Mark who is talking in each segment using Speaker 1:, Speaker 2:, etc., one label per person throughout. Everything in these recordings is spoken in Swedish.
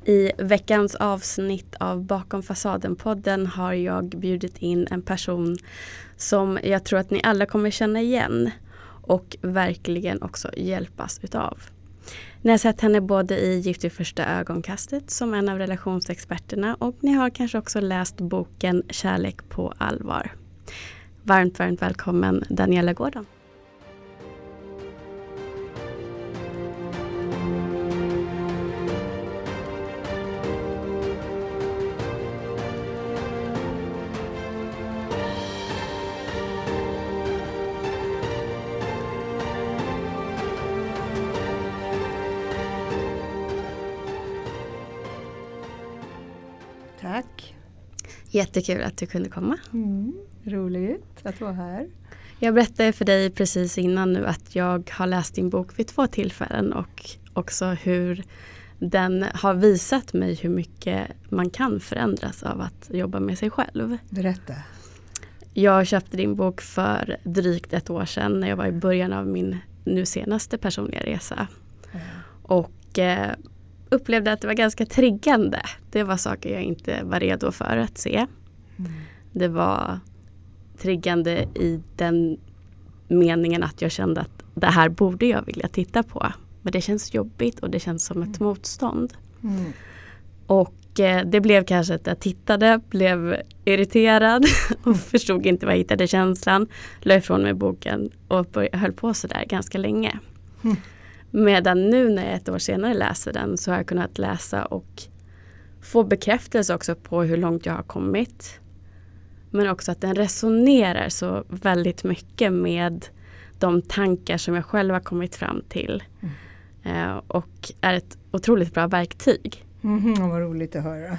Speaker 1: I veckans avsnitt av Bakom fasaden-podden har jag bjudit in en person som jag tror att ni alla kommer känna igen och verkligen också hjälpas utav. Ni har sett henne både i Gift vid första ögonkastet som en av relationsexperterna och ni har kanske också läst boken Kärlek på allvar. Varmt välkommen Daniela Gordon.
Speaker 2: Tack.
Speaker 1: Jättekul att du kunde komma.
Speaker 2: Roligt att vara här.
Speaker 1: Jag berättade för dig precis innan nu att jag har läst din bok vid 2 tillfällen och också hur den har visat mig hur mycket man kan förändras av att jobba med sig själv.
Speaker 2: Berätta.
Speaker 1: Jag köpte din bok för drygt 1 år sedan när jag var i början av min nu senaste personliga resa. Och upplevde att det var ganska triggande. Det var saker jag inte var redo för att se. Det var triggande i den meningen att jag kände att det här borde jag vilja titta på. Men det känns jobbigt och det känns som ett motstånd. Och det blev kanske att jag tittade, blev irriterad och förstod inte vad jag hittade känslan. La ifrån mig boken och höll på så där ganska länge. Medan nu när jag 1 år senare läser den så har jag kunnat läsa och få bekräftelse också på hur långt jag har kommit. Men också att den resonerar så väldigt mycket med de tankar som jag själv har kommit fram till. Och är ett otroligt bra verktyg.
Speaker 2: Vad roligt att höra.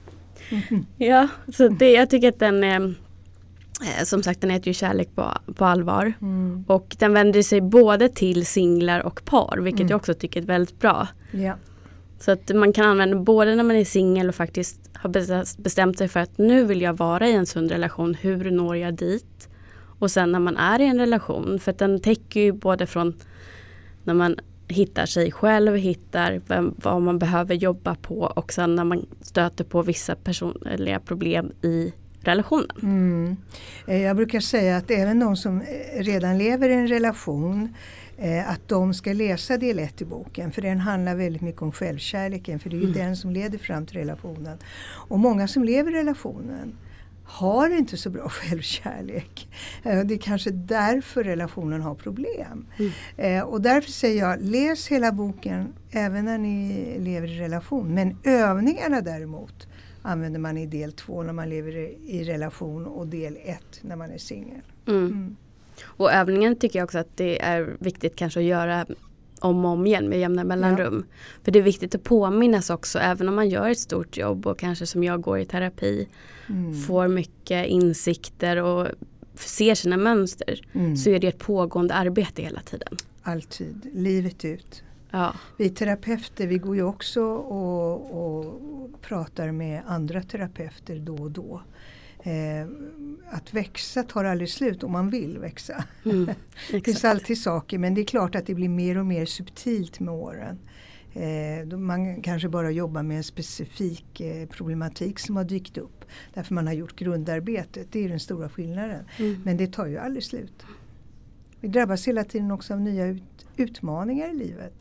Speaker 1: Ja, så jag tycker att den är... Som sagt, den heter ju Kärlek på allvar. Och den vänder sig både till singlar och par, vilket jag också tycker är väldigt bra.
Speaker 2: Ja.
Speaker 1: Så att man kan använda både när man är singel och faktiskt har bestämt sig för att nu vill jag vara i en sund relation. Hur når jag dit? Och sen när man är i en relation. För att den täcker ju både från när man hittar sig själv, hittar vad man behöver jobba på. Och sen när man stöter på vissa personliga problem i relationen.
Speaker 2: Jag brukar säga att även de som redan lever i en relation, att de ska läsa del 1 i boken. För den handlar väldigt mycket om självkärleken. För det är ju den som leder fram till relationen. Och många som lever i relationen har inte så bra självkärlek. Det är kanske därför relationen har problem. Och därför säger jag, läs hela boken även när ni lever i relation. Men övningarna däremot använder man i del 2 när man lever i relation och del 1 när man är singel.
Speaker 1: Och övningen tycker jag också att det är viktigt kanske att göra om och om igen med jämna mellanrum. Ja. För det är viktigt att påminnas också, även om man gör ett stort jobb och kanske som jag går i terapi, får mycket insikter och ser sina mönster, så är det ett pågående arbete hela tiden.
Speaker 2: Alltid, livet ut.
Speaker 1: Ja.
Speaker 2: Vi terapeuter, vi går ju också och pratar med andra terapeuter då och då. Att växa tar aldrig slut om man vill växa. Det finns alltid saker, men det är klart att det blir mer och mer subtilt med åren. Man kanske bara jobbar med en specifik problematik som har dykt upp. Därför man har gjort grundarbetet, det är den stora skillnaden. Men det tar ju aldrig slut. Vi drabbas hela tiden också av nya utmaningar i livet.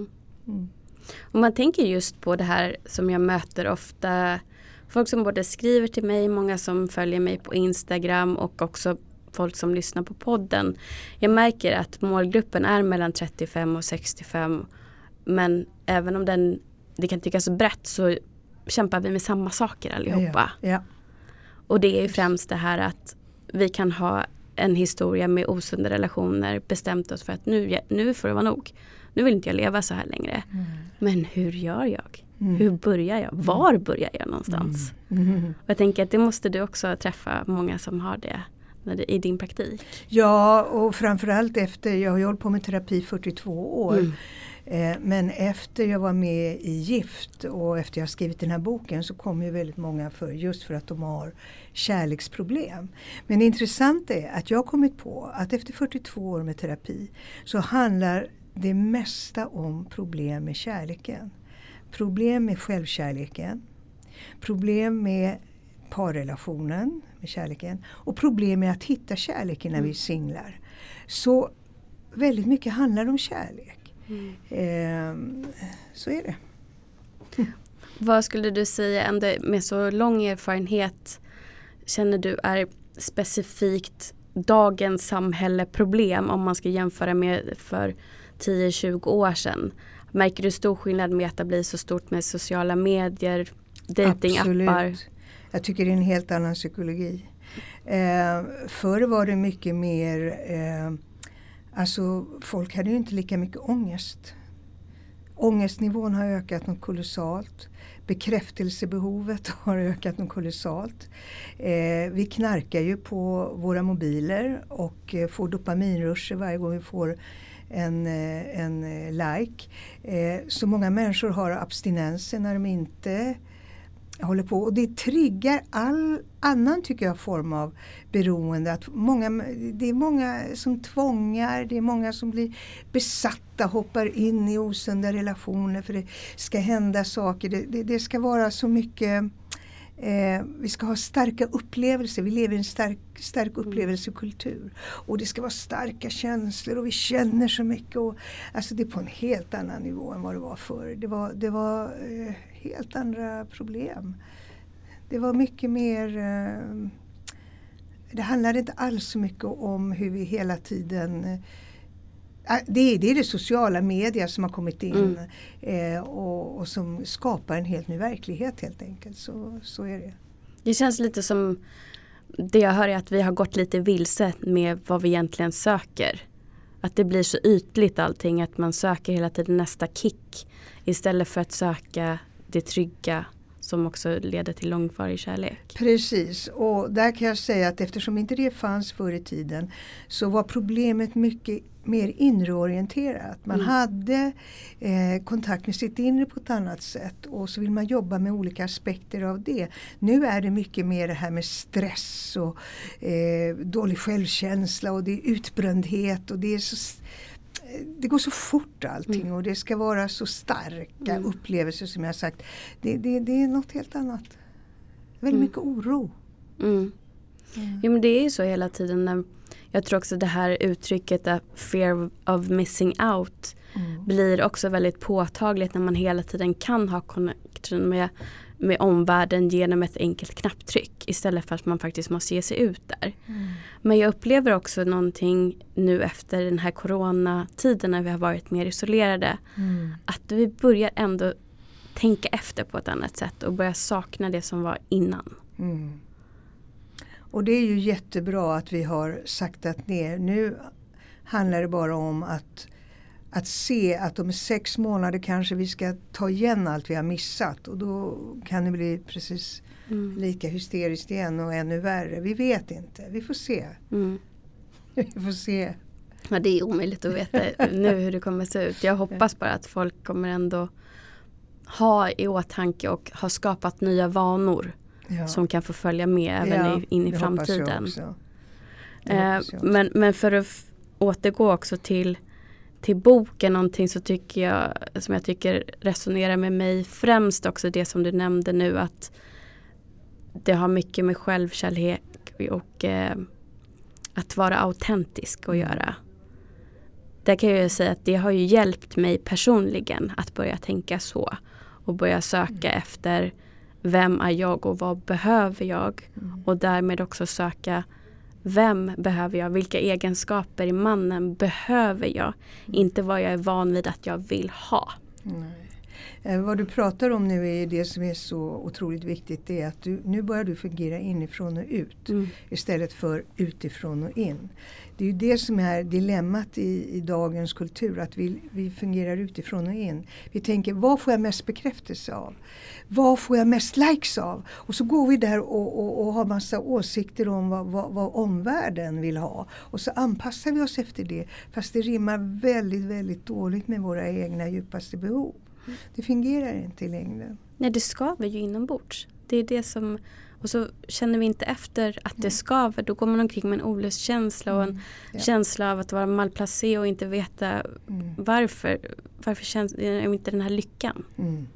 Speaker 1: Och man tänker just på det här som jag möter ofta. Folk som både skriver till mig, många som följer mig på Instagram och också folk som lyssnar på podden. Jag märker att målgruppen är mellan 35 och 65. Men även om det kan tyckas brett så kämpar vi med samma saker allihopa.
Speaker 2: Ja.
Speaker 1: Och det är ju främst det här att vi kan ha en historia med osunda relationer, bestämt oss för att nu får det vara nog. Nu vill inte jag leva så här längre. Men hur gör jag? Hur börjar jag? Var börjar jag någonstans? Och jag tänker att det måste du också träffa många som har det i din praktik.
Speaker 2: Ja, och framförallt efter, jag har hållit på med terapi 42 år. Men efter jag var med i Gift och efter jag skrivit den här boken så kom ju väldigt många just för att de har kärleksproblem. Men det intressanta är att jag har kommit på att efter 42 år med terapi så handlar det mesta om problem med kärleken. problem med självkärleken, problem med parrelationen, med kärleken, och problem med att hitta kärleken när vi singlar. Så väldigt mycket handlar om kärlek. Så är det.
Speaker 1: Vad skulle du säga ändå med så lång erfarenhet känner du är specifikt dagens samhälleproblem om man ska jämföra med för 10-20 år sedan? Märker du stor skillnad med att det blir så stort med sociala medier, datingappar?
Speaker 2: Absolut. Jag tycker det är en helt annan psykologi. Förr var det mycket mer, alltså folk hade ju inte lika mycket ångest. Ångestnivån har ökat något kolossalt. Bekräftelsebehovet har ökat något kolossalt. Vi knarkar ju på våra mobiler och får dopaminruscher varje gång vi får en like. Så många människor har abstinenser när de inte håller på. Och det triggar all annan, tycker jag, form av beroende. Att det är många som tvångar, det är många som blir besatta, hoppar in i osunda relationer för det ska hända saker. Det ska vara så mycket, vi ska ha starka upplevelser. Vi lever i en stark upplevelsekultur. Och det ska vara starka känslor och vi känner så mycket. Och, alltså det är på en helt annan nivå än vad det var förr. Det var helt andra problem. Det var mycket mer, det handlade inte alls så mycket om hur vi hela tiden, det är det sociala media som har kommit in och som skapar en helt ny verklighet helt enkelt. Så är det.
Speaker 1: Det känns lite som, det jag hör är att vi har gått lite vilse med vad vi egentligen söker. Att det blir så ytligt allting, att man söker hela tiden nästa kick istället för att söka det trygga som också leder till långvarig kärlek.
Speaker 2: Precis, och där kan jag säga att eftersom inte det fanns förr i tiden så var problemet mycket mer inreorienterat. Man hade kontakt med sitt inre på ett annat sätt och så vill man jobba med olika aspekter av det. Nu är det mycket mer det här med stress och dålig självkänsla och det är utbrändhet och det är så... Det går så fort allting och det ska vara så starka upplevelser som jag har sagt. Det är något helt annat. Väldigt mycket oro.
Speaker 1: Ja, men det är ju så hela tiden. Jag tror också det här uttrycket fear of missing out blir också väldigt påtagligt när man hela tiden kan ha connection med omvärlden genom ett enkelt knapptryck istället för att man faktiskt måste ge sig ut där. Men jag upplever också någonting nu efter den här coronatiden när vi har varit mer isolerade att vi börjar ändå tänka efter på ett annat sätt och börja sakna det som var innan.
Speaker 2: Och det är ju jättebra att vi har saktat ner. Nu handlar det bara om att se att om 6 månader kanske vi ska ta igen allt vi har missat. Och då kan det bli precis lika hysteriskt igen och ännu värre. Vi vet inte. Vi får se. Vi får se.
Speaker 1: Ja, det är omöjligt att veta nu hur det kommer se ut. Jag hoppas bara att folk kommer ändå ha i åtanke och ha skapat nya vanor som kan få följa med även in i framtiden. Men för att återgå också till boken, någonting så som jag tycker resonerar med mig främst också det som du nämnde nu, att det har mycket med självkärlek och att vara autentisk att göra. Där kan jag ju säga att det har ju hjälpt mig personligen att börja tänka så och börja söka efter vem är jag och vad behöver jag och därmed också söka vem behöver jag, vilka egenskaper i mannen behöver jag, inte vad jag är van vid att jag vill ha.
Speaker 2: Vad du pratar om nu är det som är så otroligt viktigt, det är att nu börjar du fungera inifrån och ut istället för utifrån och in. Det är ju det som är dilemmat i dagens kultur, att vi fungerar utifrån och in. Vi tänker, vad får jag mest bekräftelse av? Vad får jag mest likes av? Och så går vi där och har massa åsikter om vad omvärlden vill ha. Och så anpassar vi oss efter det, fast det rimmar väldigt, väldigt dåligt med våra egna djupaste behov. Det fungerar inte i längden.
Speaker 1: Nej, det skaver ju inombords. Det är det som... Och så känner vi inte efter att det skaver. Då går man omkring med en olustkänsla och en känsla av att vara malplacé och inte veta varför känns inte den här lyckan.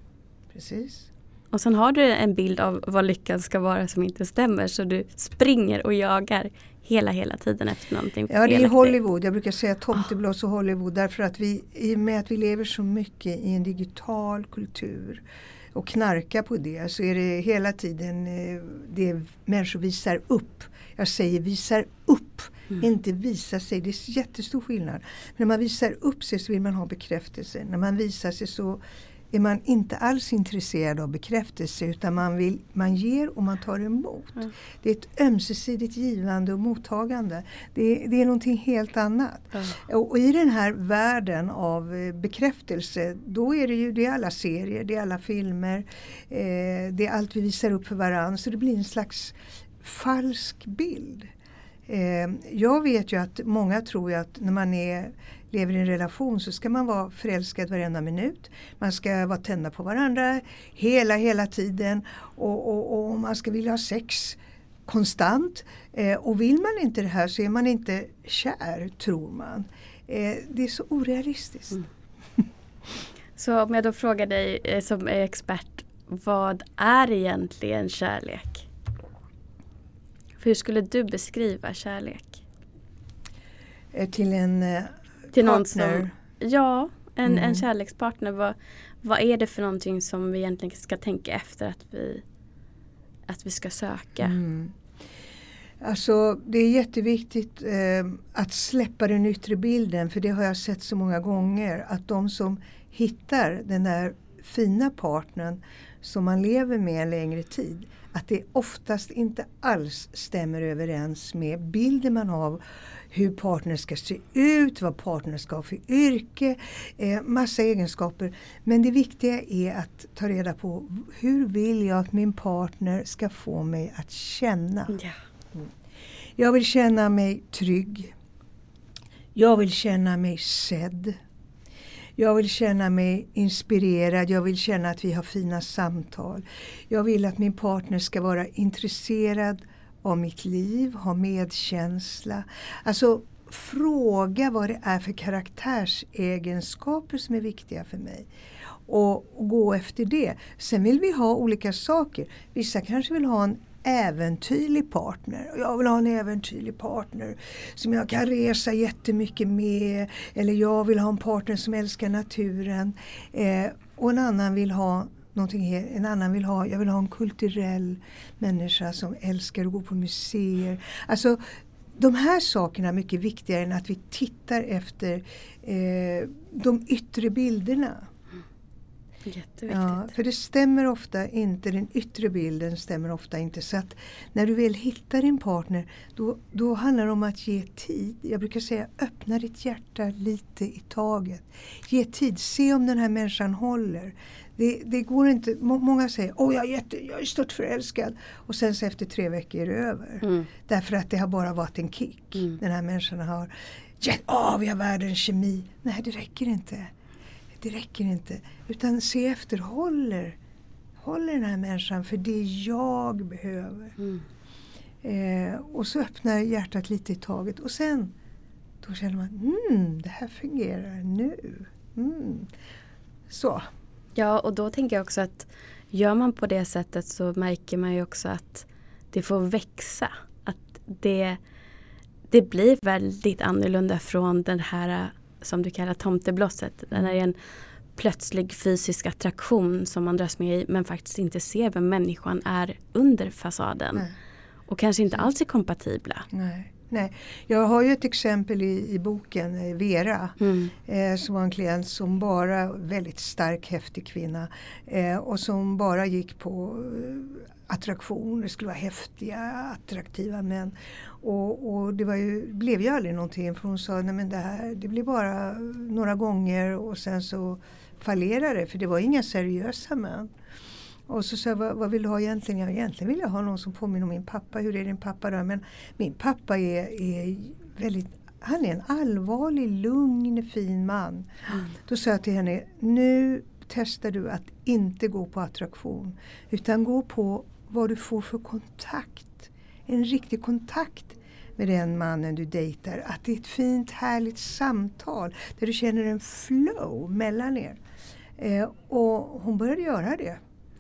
Speaker 2: Precis.
Speaker 1: Och sen har du en bild av vad lyckan ska vara som inte stämmer. Så du springer och jagar hela tiden efter någonting.
Speaker 2: Ja, det är Hollywood. Jag brukar säga tomteblås och Hollywood. Därför att i och med att vi lever så mycket i en digital kultur och knarka på det, så är det hela tiden det människor visar upp. Jag säger visar upp, inte visa sig. Det är jättestor skillnad. När man visar upp sig så vill man ha bekräftelse. När man visar sig så är man inte alls intresserad av bekräftelse, utan man ger och man tar emot. Det är ett ömsesidigt givande och mottagande. Det är någonting helt annat. Och i den här världen av bekräftelse, då är det är alla serier, det är alla filmer, det är allt vi visar upp för varandra. Så det blir en slags falsk bild. Jag vet ju att många tror ju att när man lever i en relation så ska man vara förälskad varenda minut. Man ska vara tända på varandra hela tiden. Och man ska vilja ha sex konstant. Och vill man inte det här så är man inte kär, tror man. Det är så orealistiskt.
Speaker 1: Så om jag då frågar dig som är expert, vad är egentligen kärlek? Hur skulle du beskriva kärlek?
Speaker 2: Till en
Speaker 1: till någon
Speaker 2: partner?
Speaker 1: En kärlekspartner. Vad är det för någonting som vi egentligen ska tänka efter att vi ska söka?
Speaker 2: Alltså det är jätteviktigt att släppa den yttre bilden. För det har jag sett så många gånger. Att de som hittar den där fina partnern som man lever med en längre tid, att det oftast inte alls stämmer överens med bilden man har hur partner ska se ut, vad partner ska ha för yrke, massa egenskaper. Men det viktiga är att ta reda på hur vill jag att min partner ska få mig att känna. Jag vill känna mig trygg. Jag vill känna mig sedd. Jag vill känna mig inspirerad. Jag vill känna att vi har fina samtal. Jag vill att min partner ska vara intresserad av mitt liv, ha medkänsla. Alltså fråga vad det är för karaktärsegenskaper som är viktiga för mig. Och gå efter det. Sen vill vi ha olika saker. Vissa kanske vill ha en äventyrlig partner. Jag vill ha en äventyrlig partner som jag kan resa jättemycket med. Eller jag vill ha en partner som älskar naturen. Och en annan vill ha jag vill ha en kulturell människa som älskar att gå på museer. Alltså de här sakerna är mycket viktigare än att vi tittar efter de yttre bilderna.
Speaker 1: Jätteviktigt.
Speaker 2: Ja, för det stämmer ofta inte, den yttre bilden stämmer ofta inte. Så att när du väl hittar din partner, då handlar det om att ge tid. Jag brukar säga, öppna ditt hjärta lite i taget. Ge tid, se om den här människan håller. Det går inte, många säger, jag är stört förälskad. Och sen så efter 3 veckor är det över. Därför att det har bara varit en kick. Den här människan har, vi har världens kemi. Nej, det räcker inte. Det räcker inte. Utan se efter, håller den här människan för det jag behöver. Och så öppnar hjärtat lite i taget. Och sen, då känner man, det här fungerar nu. Så.
Speaker 1: Ja, och då tänker jag också att gör man på det sättet så märker man ju också att det får växa. Att det blir väldigt annorlunda från den här, som du kallar tomteblosset. Den är en plötslig fysisk attraktion som man dras med i, men faktiskt inte ser vem människan är under fasaden. Nej. Och kanske inte alls är kompatibla.
Speaker 2: Nej. Jag har ju ett exempel i boken, Vera, som var en klient som bara, väldigt stark, häftig kvinna, och som bara gick på attraktion. Det skulle vara häftiga, attraktiva män. Och det blev ju aldrig någonting, för hon sa, nej men det blir bara några gånger och sen så fallerade det, för det var inga seriösa män. Och så sa jag, vad vill du ha egentligen? Ja, egentligen vill jag ha någon som påminner om min pappa. Hur är din pappa då? Men min pappa är väldigt, han är en allvarlig, lugn, fin man. Då sa jag till henne, nu testar du att inte gå på attraktion. Utan gå på vad du får för kontakt. En riktig kontakt med den mannen du dejtar. Att det är ett fint, härligt samtal. Där du känner en flow mellan er. Och hon började göra det.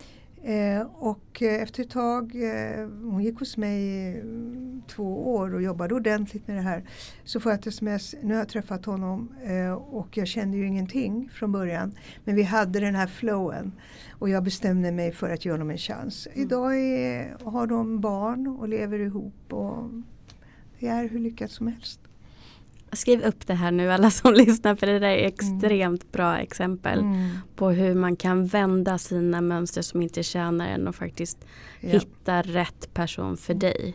Speaker 2: Och efter ett tag, hon gick hos mig i 2 år och jobbade ordentligt med det här. Så får jag ett sms, nu har jag träffat honom och jag kände ju ingenting från början. Men vi hade den här flowen och jag bestämde mig för att ge honom en chans. Idag har de barn och lever ihop och det är hur lyckat som helst.
Speaker 1: Skriv upp det här nu alla som lyssnar, för det där är extremt bra exempel på hur man kan vända sina mönster som inte tjänar en och faktiskt hitta rätt person för dig.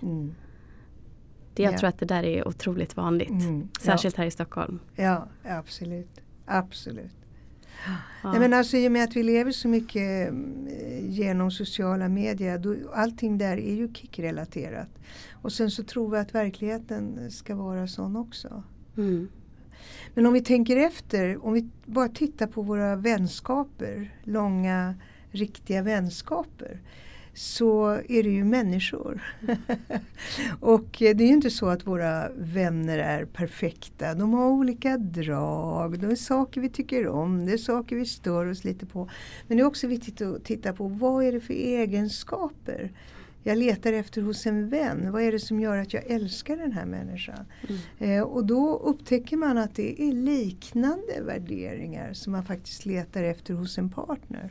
Speaker 1: Jag tror att det där är otroligt vanligt. Särskilt här i Stockholm.
Speaker 2: Ja, absolut. Absolut. Ja. Nej, men alltså, i och med att vi lever så mycket genom sociala medier, allting där är ju kickrelaterat. Och sen så tror vi att verkligheten ska vara sån också. Men om vi tänker efter, om vi bara tittar på våra vänskaper, långa, riktiga vänskaper, så är det ju människor. Och det är ju inte så att våra vänner är perfekta. De har olika drag, det är saker vi tycker om, det är saker vi stör oss lite på. Men det är också viktigt att titta på vad är det för egenskaper jag letar efter hos en vän. Vad är det som gör att jag älskar den här människan? Och då upptäcker man att det är liknande värderingar som man faktiskt letar efter hos en partner.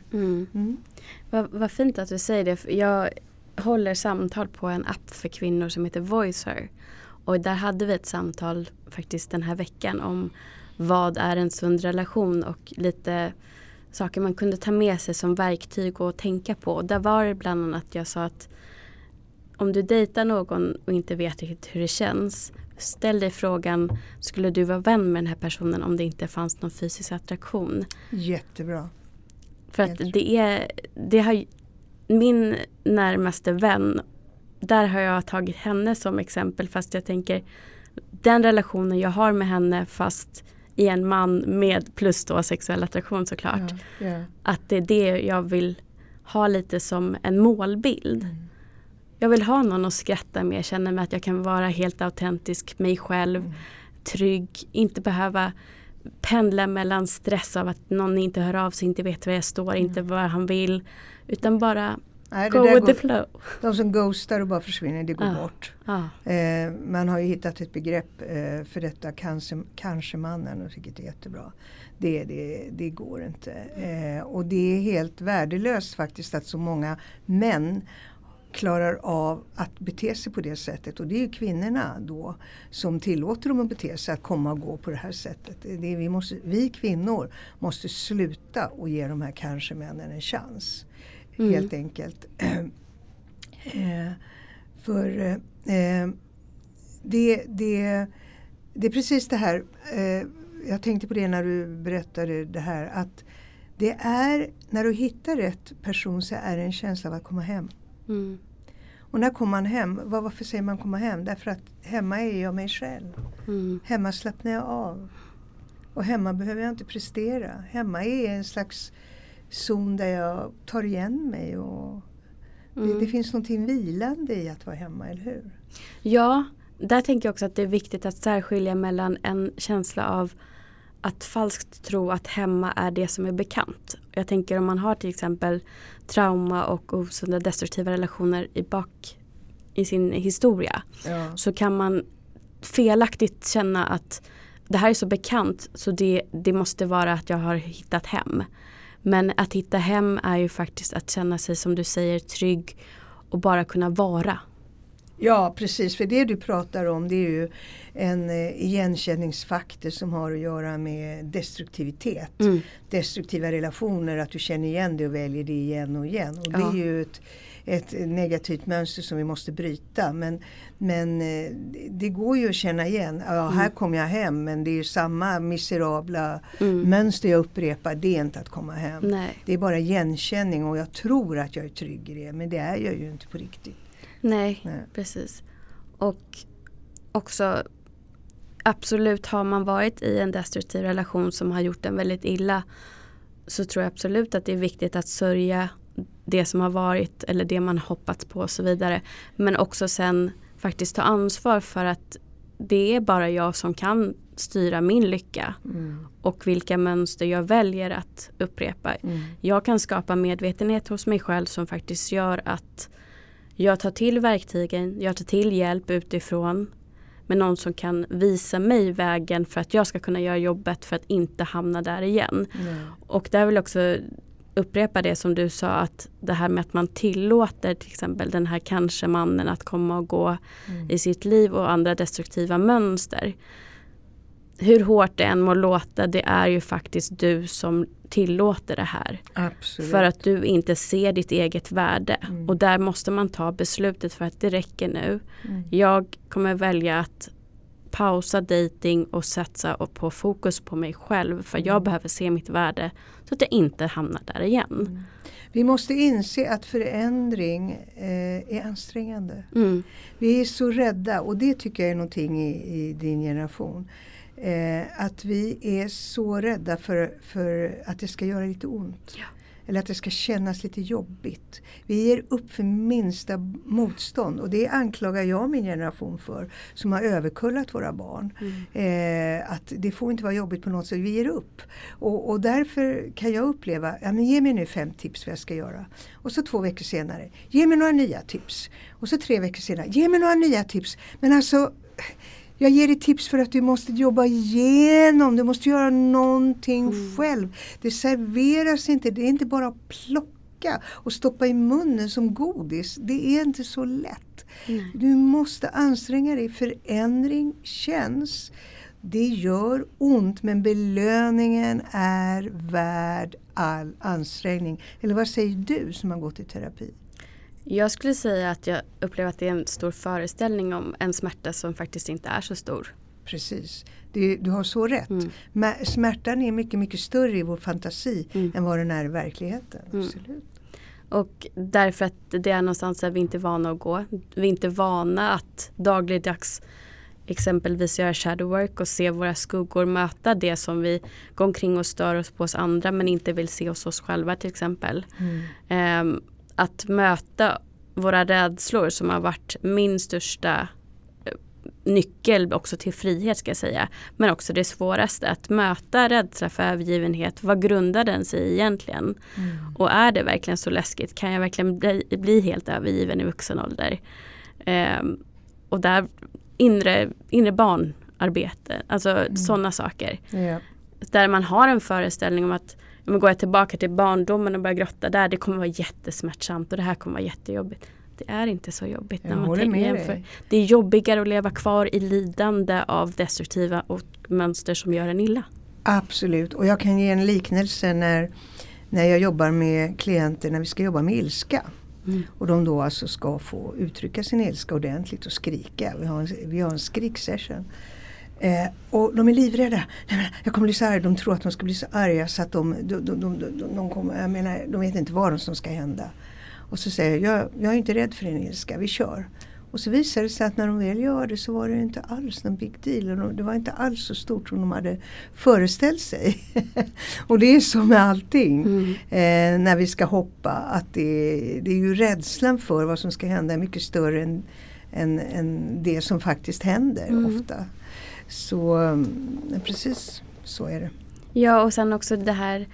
Speaker 1: Vad fint att du säger det. Jag håller samtal på en app för kvinnor som heter Voicer. Och där hade vi ett samtal faktiskt den här veckan om vad är en sund relation och lite saker man kunde ta med sig som verktyg och tänka på. Där var det bland annat att jag sa att om du dejtar någon och inte vet riktigt hur det känns, ställ dig frågan, skulle du vara vän med den här personen om det inte fanns någon fysisk attraktion?
Speaker 2: Jättebra.
Speaker 1: För att det har min närmaste vän, där har jag tagit henne som exempel, fast jag tänker den relationen jag har med henne fast i en man med plus då sexuell attraktion såklart. Att det är det jag vill ha lite som en målbild. Jag vill ha någon att skratta med, känna mig att jag kan vara helt autentisk, mig själv, trygg, inte behöva pendla mellan stress av att någon inte hör av sig, inte vet var jag står, inte vad han vill, utan bara go with the flow.
Speaker 2: De som ghostar och bara försvinner, det går bort. Man har ju hittat ett begrepp för detta, kanske mannen, och tycker det är jättebra. Det går inte. Och det är helt värdelöst faktiskt att så många män klarar av att bete sig på det sättet. Och det är ju kvinnorna då som tillåter dem att bete sig, att komma och gå på det här sättet. Vi kvinnor måste sluta och ge de här kanske männen en chans. Helt enkelt. För det är precis det här. Jag tänkte på det när du berättade det här. Att det är, när du hittar rätt person så är det en känsla av att komma hem. Och när kommer man hem? Varför säger man komma hem? Därför att hemma är jag mig själv. Hemma slappnar jag av. Och hemma behöver jag inte prestera. Hemma är en slags zon där jag tar igen mig. Och det finns någonting vilande i att vara hemma, eller hur?
Speaker 1: Ja, där tänker jag också att det är viktigt att särskilja mellan en känsla av att falskt tro att hemma är det som är bekant. Jag tänker om man har till exempel trauma och osunda destruktiva relationer i sin historia, så kan man felaktigt känna att det här är så bekant så det måste vara att jag har hittat hem. Men att hitta hem är ju faktiskt att känna sig, som du säger, trygg och bara kunna vara.
Speaker 2: Ja, precis. För det du pratar om, det är ju en igenkänningsfaktor som har att göra med destruktivitet. Destruktiva relationer, att du känner igen det och väljer det igen och igen. Och det är ju ett negativt mönster som vi måste bryta. Men det går ju att känna igen. Ja, här kommer jag hem, men det är ju samma miserabla mönster jag upprepar. Det är inte att komma hem.
Speaker 1: Nej.
Speaker 2: Det är bara igenkänning, och jag tror att jag är trygg i det. Men det är jag ju inte på riktigt.
Speaker 1: Nej, precis. Och också absolut, har man varit i en destruktiv relation som har gjort en väldigt illa, så tror jag absolut att det är viktigt att sörja det som har varit eller det man hoppats på och så vidare. Men också sen faktiskt ta ansvar för att det är bara jag som kan styra min lycka och vilka mönster jag väljer att upprepa. Jag kan skapa medvetenhet hos mig själv som faktiskt gör att jag tar till verktygen, jag tar till hjälp utifrån med någon som kan visa mig vägen för att jag ska kunna göra jobbet för att inte hamna där igen. Och där vill jag också upprepa det som du sa, att det här med att man tillåter till exempel den här kanske mannen att komma och gå i sitt liv och andra destruktiva mönster. Hur hårt det än må låta, det är ju faktiskt du som tillåter det här.
Speaker 2: Absolut.
Speaker 1: För att du inte ser ditt eget värde. Och där måste man ta beslutet för att det räcker nu. Jag kommer välja att pausa dating och satsa på fokus på mig själv. För jag behöver se mitt värde så att jag inte hamnar där igen.
Speaker 2: Vi måste inse att förändring är ansträngande. Vi är så rädda, och det tycker jag är någonting i din generation. Att vi är så rädda för att det ska göra lite ont.
Speaker 1: Ja.
Speaker 2: Eller att det ska kännas lite jobbigt. Vi ger upp för minsta motstånd. Och det anklagar jag min generation för. Som har överkullat våra barn. Att det får inte vara jobbigt på något sätt. Vi ger upp. Och därför kan jag uppleva. Ja, men ge mig nu 5 tips vad jag ska göra. Och så 2 veckor senare. Ge mig några nya tips. Och så 3 veckor senare. Ge mig några nya tips. Men alltså... Jag ger dig tips för att du måste jobba igenom. Du måste göra någonting själv. Det serveras inte. Det är inte bara att plocka och stoppa i munnen som godis. Det är inte så lätt. Du måste anstränga dig. Förändring känns. Det gör ont, men belöningen är värd all ansträngning. Eller vad säger du som har gått i terapi?
Speaker 1: Jag skulle säga att jag upplever att det är en stor föreställning om en smärta som faktiskt inte är så stor.
Speaker 2: Precis. Du har så rätt. Smärtan är mycket, mycket större i vår fantasi än vad den är i verkligheten. Absolut.
Speaker 1: Och därför att det är någonstans där vi inte är vana att gå. Vi är inte vana att dagligdags exempelvis göra shadow work och se våra skuggor, möta det som vi går omkring och stör oss på oss andra men inte vill se hos oss själva till exempel. Att möta våra rädslor som har varit min största nyckel också till frihet ska jag säga. Men också det svåraste, att möta rädsla för övergivenhet. Vad grundar den sig egentligen? Och är det verkligen så läskigt? Kan jag verkligen bli helt övergiven i vuxen ålder? Och där inre barnarbete, alltså sådana saker. Där man har en föreställning om att om går jag tillbaka till barndomen och börjar grotta där, det kommer vara jättesmärtsamt och det här kommer vara jättejobbigt. Det är inte så jobbigt när man tänker jämför. Det är jobbigare att leva kvar i lidande av destruktiva och mönster som gör en illa.
Speaker 2: Absolut, och jag kan ge en liknelse när jag jobbar med klienter när vi ska jobba med ilska. Och de då alltså ska få uttrycka sin ilska ordentligt och skrika. Vi har en skriksession. Och de är livrädda. Nej, jag kommer bli så arg. De tror att de ska bli så arga så att de kommer, jag menar, de vet inte vad som ska hända. Och så säger jag är inte rädd för din ilska, vi kör. Och så visar det sig att när de väl gör det så var det inte alls någon big deal. Det var inte alls så stort som de hade föreställt sig. Och det är så med allting. När vi ska hoppa. Att det är ju rädslan för vad som ska hända är mycket större än det som faktiskt händer ofta. Så precis så är det.
Speaker 1: Ja, och sen också det här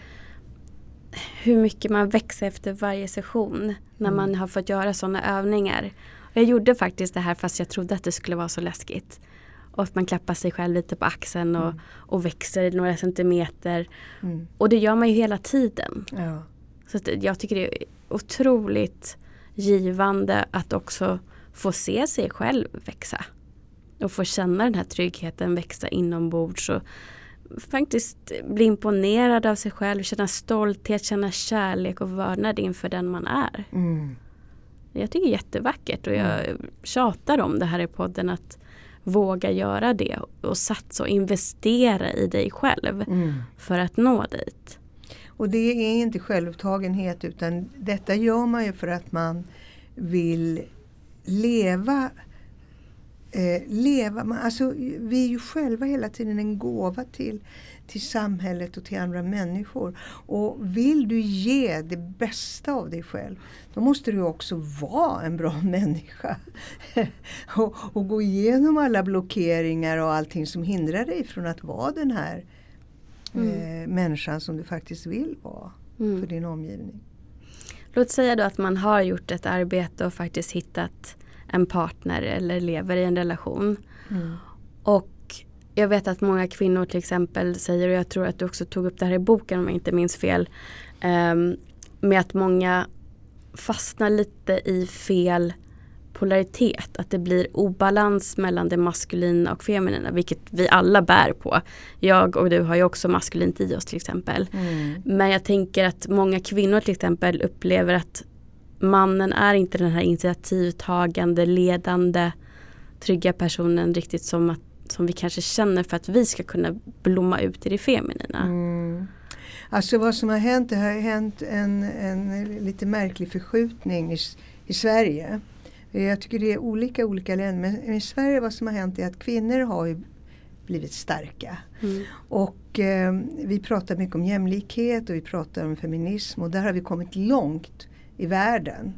Speaker 1: hur mycket man växer efter varje session när man har fått göra sådana övningar. Jag gjorde faktiskt det här fast jag trodde att det skulle vara så läskigt. Och att man klappar sig själv lite på axeln och växer några centimeter. Och det gör man ju hela tiden.
Speaker 2: Ja.
Speaker 1: Så att jag tycker det är otroligt givande att också få se sig själv växa. Och få känna den här tryggheten växa inombords och faktiskt bli imponerad av sig själv, känna stolthet, känna kärlek och vördnad inför den man är. Jag tycker det är jättevackert och jag tjatar om det här i podden att våga göra det och satsa och investera i dig själv för att nå dit.
Speaker 2: Och det är inte självupptagenhet utan detta gör man ju för att man vill leva leva. Alltså, vi är ju själva hela tiden en gåva till samhället och till andra människor. Och vill du ge det bästa av dig själv, då måste du också vara en bra människa. och gå igenom alla blockeringar och allting som hindrar dig från att vara den här människan som du faktiskt vill vara för din omgivning.
Speaker 1: Låt säga då att man har gjort ett arbete och faktiskt hittat en partner eller lever i en relation. Och jag vet att många kvinnor till exempel säger, och jag tror att du också tog upp det här i boken om jag inte minns fel, med att många fastnar lite i fel polaritet. Att det blir obalans mellan det maskulina och feminina, vilket vi alla bär på. Jag och du har ju också maskulint i oss till exempel. Men jag tänker att många kvinnor till exempel upplever att mannen är inte den här initiativtagande, ledande, trygga personen riktigt som vi kanske känner för att vi ska kunna blomma ut i det feminina.
Speaker 2: Alltså vad som har hänt, det har hänt en lite märklig förskjutning i Sverige. Jag tycker det är olika länder. Men i Sverige vad som har hänt är att kvinnor har ju blivit starka. Och vi pratar mycket om jämlikhet och vi pratar om feminism. Och där har vi kommit långt i världen.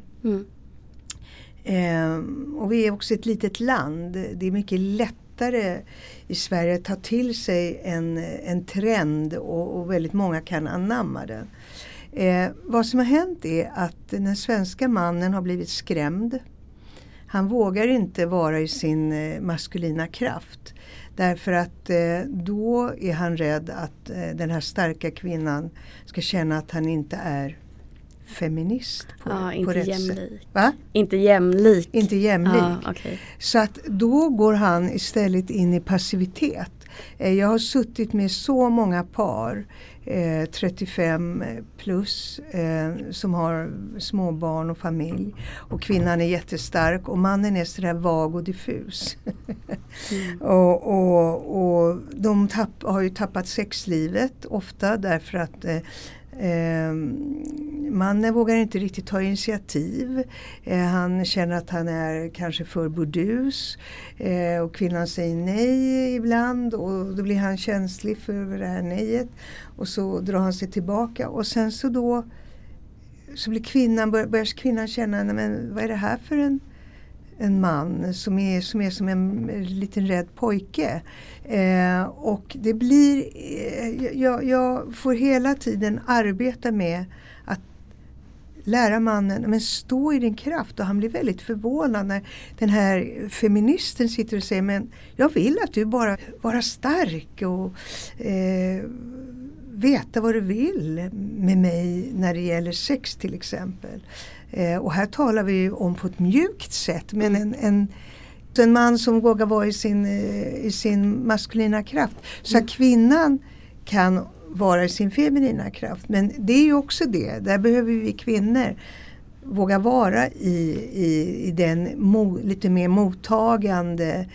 Speaker 2: Och vi är också ett litet land. Det är mycket lättare i Sverige att ta till sig en trend och väldigt många kan anamma den. Vad som har hänt är att den svenska mannen har blivit skrämd. Han vågar inte vara i sin maskulina kraft. Därför att då är han rädd att den här starka kvinnan ska känna att han inte är feminist på rätt sätt. Va?
Speaker 1: Inte jämlik.
Speaker 2: Inte jämlik.
Speaker 1: Okay.
Speaker 2: Så att då går han istället in i passivitet. Jag har suttit med så många par, 35 plus, som har småbarn och familj. Och kvinnan är jättestark och mannen är sådär vag och diffus. och de har ju tappat sexlivet ofta därför att mannen vågar inte riktigt ta initiativ. Han känner att han är kanske för burdus. Och kvinnan säger nej ibland. Och då blir han känslig för det här nejet. Och så drar han sig tillbaka. Och sen så då så börjar kvinnan känna, men vad är det här för en man som är som en liten rädd pojke. Och det blir, jag får hela tiden arbeta med att lära mannen, men stå i din kraft. Och han blir väldigt förvånad när den här feministen sitter och säger, men jag vill att du bara vara stark och veta vad du vill med mig när det gäller sex till exempel. Och här talar vi om på ett mjukt sätt, men en man som vågar vara i sin maskulina kraft. Så att kvinnan kan vara i sin feminina kraft. Men det är ju också det. Där behöver vi kvinnor våga vara i den lite mer mottagande,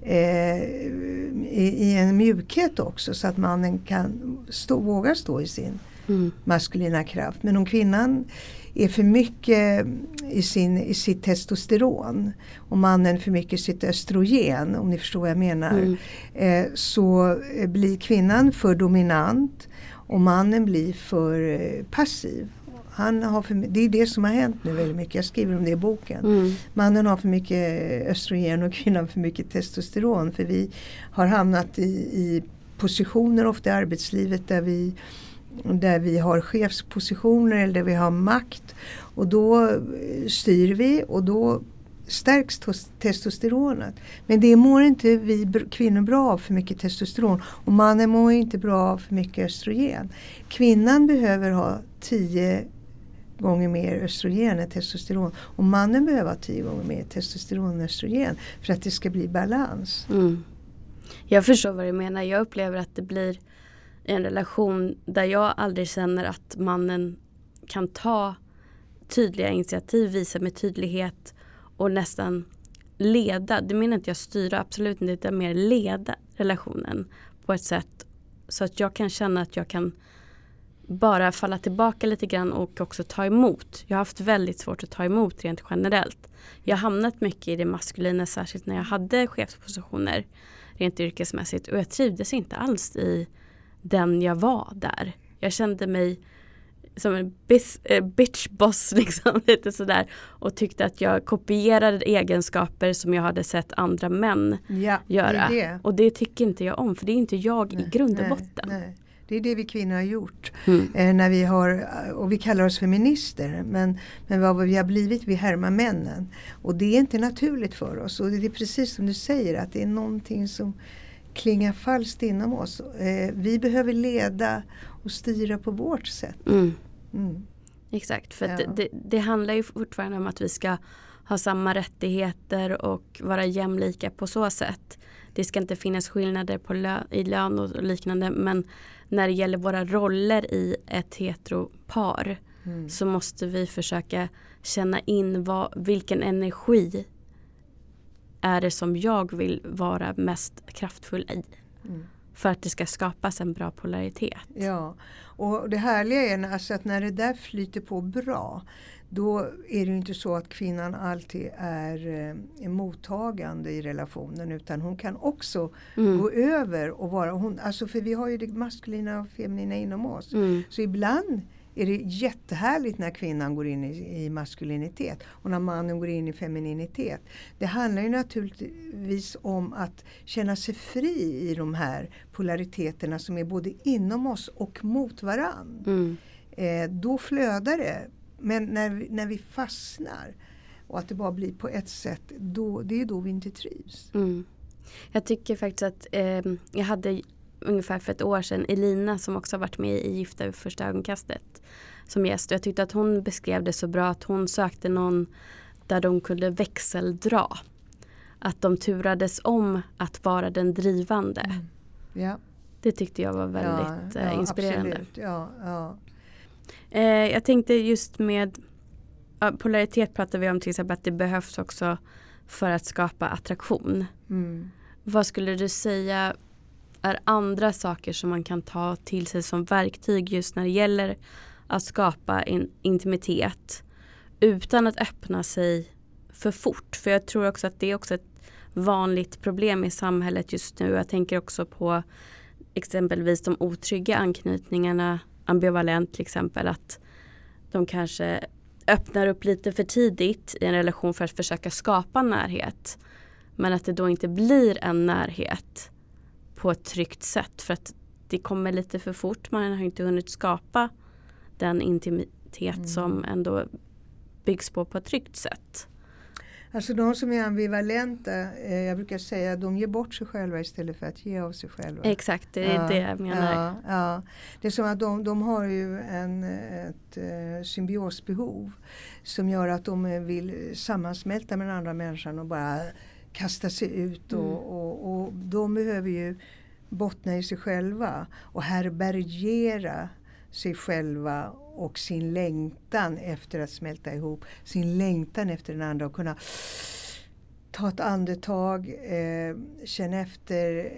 Speaker 2: i en mjukhet också. Så att mannen kan våga stå i sin maskulina kraft. Men om kvinnan är för mycket i sitt testosteron och mannen för mycket i sitt östrogen, om ni förstår vad jag menar, så blir kvinnan för dominant och mannen blir för passiv. Det är det som har hänt nu väldigt mycket. Jag skriver om det i boken. Mannen har för mycket östrogen och kvinnan för mycket testosteron. För vi har hamnat i positioner ofta i arbetslivet där vi har chefspositioner eller där vi har makt. Och då styr vi och då stärks testosteronet. Men det mår inte vi kvinnor bra av för mycket testosteron. Och mannen mår inte bra av för mycket östrogen. Kvinnan behöver ha 10 gånger mer östrogen än testosteron. Och mannen behöver ha 10 gånger mer testosteron än östrogen för att det ska bli balans.
Speaker 1: Jag förstår vad du menar. Jag upplever att det blir en relation där jag aldrig känner att mannen kan ta tydliga initiativ, visa med tydlighet och nästan leda. Det menar inte jag styra, absolut inte, utan mer leda relationen på ett sätt så att jag kan känna att jag kan bara falla tillbaka lite grann och också ta emot. Jag har haft väldigt svårt att ta emot rent generellt. Jag har hamnat mycket i det maskulina, särskilt när jag hade chefspositioner rent yrkesmässigt. Och jag trivdes inte alls i den jag var där. Jag kände mig som en bitch boss liksom, lite sådär. Och tyckte att jag kopierade egenskaper som jag hade sett andra män göra. Det. Och det tycker inte jag om, för det är inte jag i grund och botten.
Speaker 2: Nej. Det är det vi kvinnor har gjort. När vi har, och vi kallar oss feminister. Men vad vi har blivit, vi härmar männen. Och det är inte naturligt för oss. Och det är precis som du säger, att det är någonting som klingar falskt inom oss. Vi behöver leda och styra på vårt sätt.
Speaker 1: Exakt, för att det handlar ju fortfarande om att vi ska ha samma rättigheter och vara jämlika på så sätt. Det ska inte finnas skillnader på i lön och liknande, men när det gäller våra roller i ett heteropar så måste vi försöka känna in vilken energi är det som jag vill vara mest kraftfull i. För att det ska skapas en bra polaritet. Ja,
Speaker 2: och det härliga är alltså att när det där flyter på bra, då är det ju inte så att kvinnan alltid är mottagande i relationen, utan hon kan också gå över och vara alltså för vi har ju det maskulina och feminina inom oss. Så ibland är det jättehärligt när kvinnan går in i maskulinitet och när mannen går in i femininitet. Det handlar ju naturligtvis om att känna sig fri i de här polariteterna som är både inom oss och mot varann. Då flödar det. Men när vi fastnar och att det bara blir på ett sätt, det är då vi inte trivs.
Speaker 1: Jag tycker faktiskt att jag hade ungefär för ett år sedan Elina, som också har varit med i Gifta vid första ögonkastet, som gäst. Jag tyckte att hon beskrev det så bra, att hon sökte någon där de kunde växeldra. Att de turades om att vara den drivande.
Speaker 2: Ja.
Speaker 1: Det tyckte jag var väldigt inspirerande.
Speaker 2: Absolut.
Speaker 1: Jag tänkte just med polaritet pratar vi om till exempel att det behövs också för att skapa attraktion. Vad skulle du säga är andra saker som man kan ta till sig som verktyg just när det gäller att skapa en intimitet utan att öppna sig för fort? För jag tror också att det är också ett vanligt problem i samhället just nu. Jag tänker också på exempelvis de otrygga anknytningarna, ambivalent till exempel, att de kanske öppnar upp lite för tidigt i en relation för att försöka skapa närhet. Men att det då inte blir en närhet på ett tryggt sätt, för att det kommer lite för fort. Man har inte hunnit skapa den intimitet som ändå byggs på ett tryggt sätt.
Speaker 2: Alltså de som är ambivalenta, jag brukar säga, de ger bort sig själva istället för att ge av sig själva.
Speaker 1: Exakt, det är det jag menar.
Speaker 2: Ja. Det är som att de har ju ett symbiosbehov som gör att de vill sammansmälta med den andra människan och bara kasta sig ut. Och de behöver ju bottna i sig själva och härbärgera sig själva och sin längtan efter att smälta ihop, sin längtan efter den andra och kunna ta ett andetag, känna efter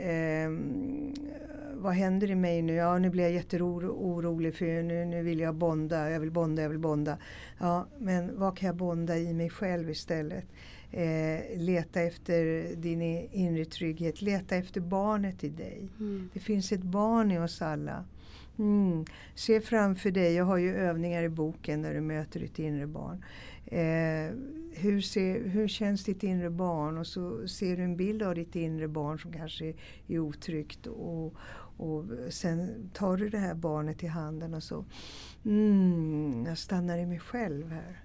Speaker 2: vad händer i mig nu? Ja, nu blir jag jätteorolig för nu vill jag bonda, jag vill bonda. Ja, men vad kan jag bonda i mig själv istället? Leta efter din inre trygghet, leta efter barnet i dig. Det finns ett barn i oss alla. Se framför dig, jag har ju övningar i boken där du möter ditt inre barn. Hur känns ditt inre barn? Och så ser du en bild av ditt inre barn som kanske är otryggt. Och sen tar du det här barnet i handen och så jag stannar i mig själv här.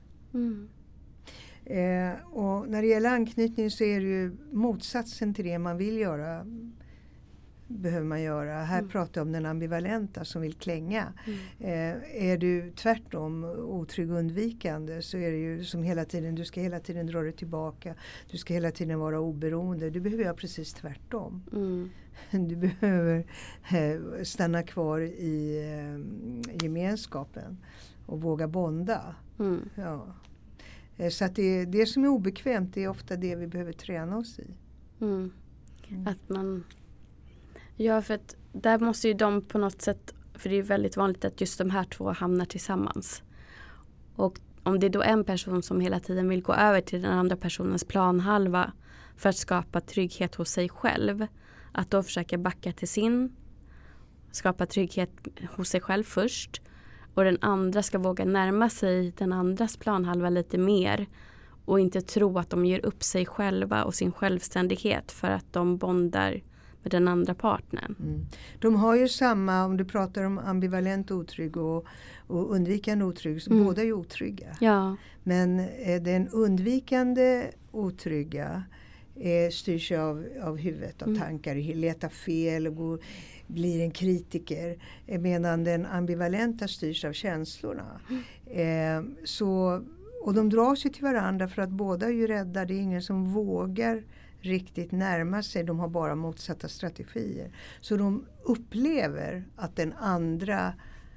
Speaker 2: Och när det gäller anknytning så är det ju motsatsen till det man vill göra. Behöver man göra. Här pratar jag om den ambivalenta som vill klänga. Är du tvärtom otrygg och undvikande, så är det ju som hela tiden, du ska hela tiden dra dig tillbaka. Du ska hela tiden vara oberoende. Du behöver göra precis tvärtom. Du behöver stanna kvar i gemenskapen och våga bonda. Ja. Så att det som är obekvämt, det är ofta det vi behöver träna oss i.
Speaker 1: Att man... Ja, för att där måste ju de på något sätt För det är väldigt vanligt att just de här två hamnar tillsammans. Och om det är då en person som hela tiden vill gå över till den andra personens planhalva för att skapa trygghet hos sig själv. Att då försöka backa till skapa trygghet hos sig själv först. Och den andra ska våga närma sig den andras planhalva lite mer. Och inte tro att de ger upp sig själva och sin självständighet för att de bondar med den andra partnern.
Speaker 2: De har ju samma, om du pratar om ambivalent otrygg och undvikande otrygg, så båda är otrygga.
Speaker 1: Ja.
Speaker 2: Men den undvikande otrygga styrs av huvudet, av tankar, letar fel och blir en kritiker. Medan den ambivalenta styrs av känslorna. Och de dras ju till varandra för att båda är ju rädda. Det är ingen som vågar riktigt närma sig. De har bara motsatta strategier. Så de upplever att den andra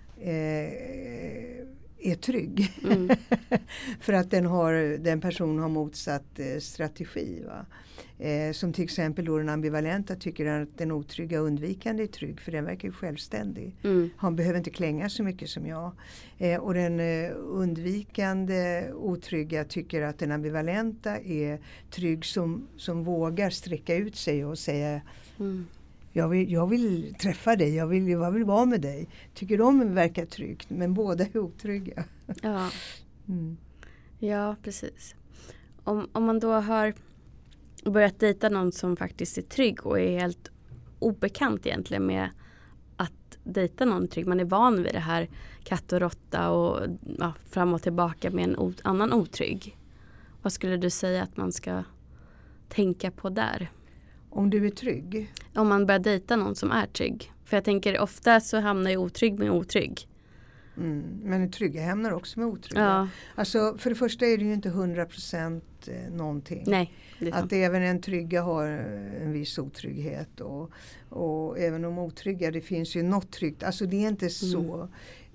Speaker 2: är trygg. För att den personen har motsatt strategi. Va? Som till exempel då den ambivalenta tycker att den otrygga undvikande är trygg. För den verkar ju självständig. Han behöver inte klänga så mycket som jag. Och den undvikande otrygga tycker att den ambivalenta är trygg som vågar sträcka ut sig och säga jag vill träffa dig, jag vill vara med dig. Tycker de verkar tryggt, men båda är otrygga.
Speaker 1: Ja, ja precis. Om man då har börjat dejta någon som faktiskt är trygg och är helt obekant egentligen med att dejta någon trygg. Man är van vid det här katt och råtta och fram och tillbaka med en annan otrygg. Vad skulle du säga att man ska tänka på där?
Speaker 2: Om du är trygg?
Speaker 1: Om man börjar dejta någon som är trygg. För jag tänker ofta så hamnar ju otrygg med otrygg.
Speaker 2: Men trygga hamnar också med otrygga.
Speaker 1: Ja.
Speaker 2: Alltså för det första är det ju inte 100% någonting.
Speaker 1: Nej,
Speaker 2: att även en trygga har en viss otrygghet. Och även om otrygga, det finns ju något tryggt. Alltså det är inte så.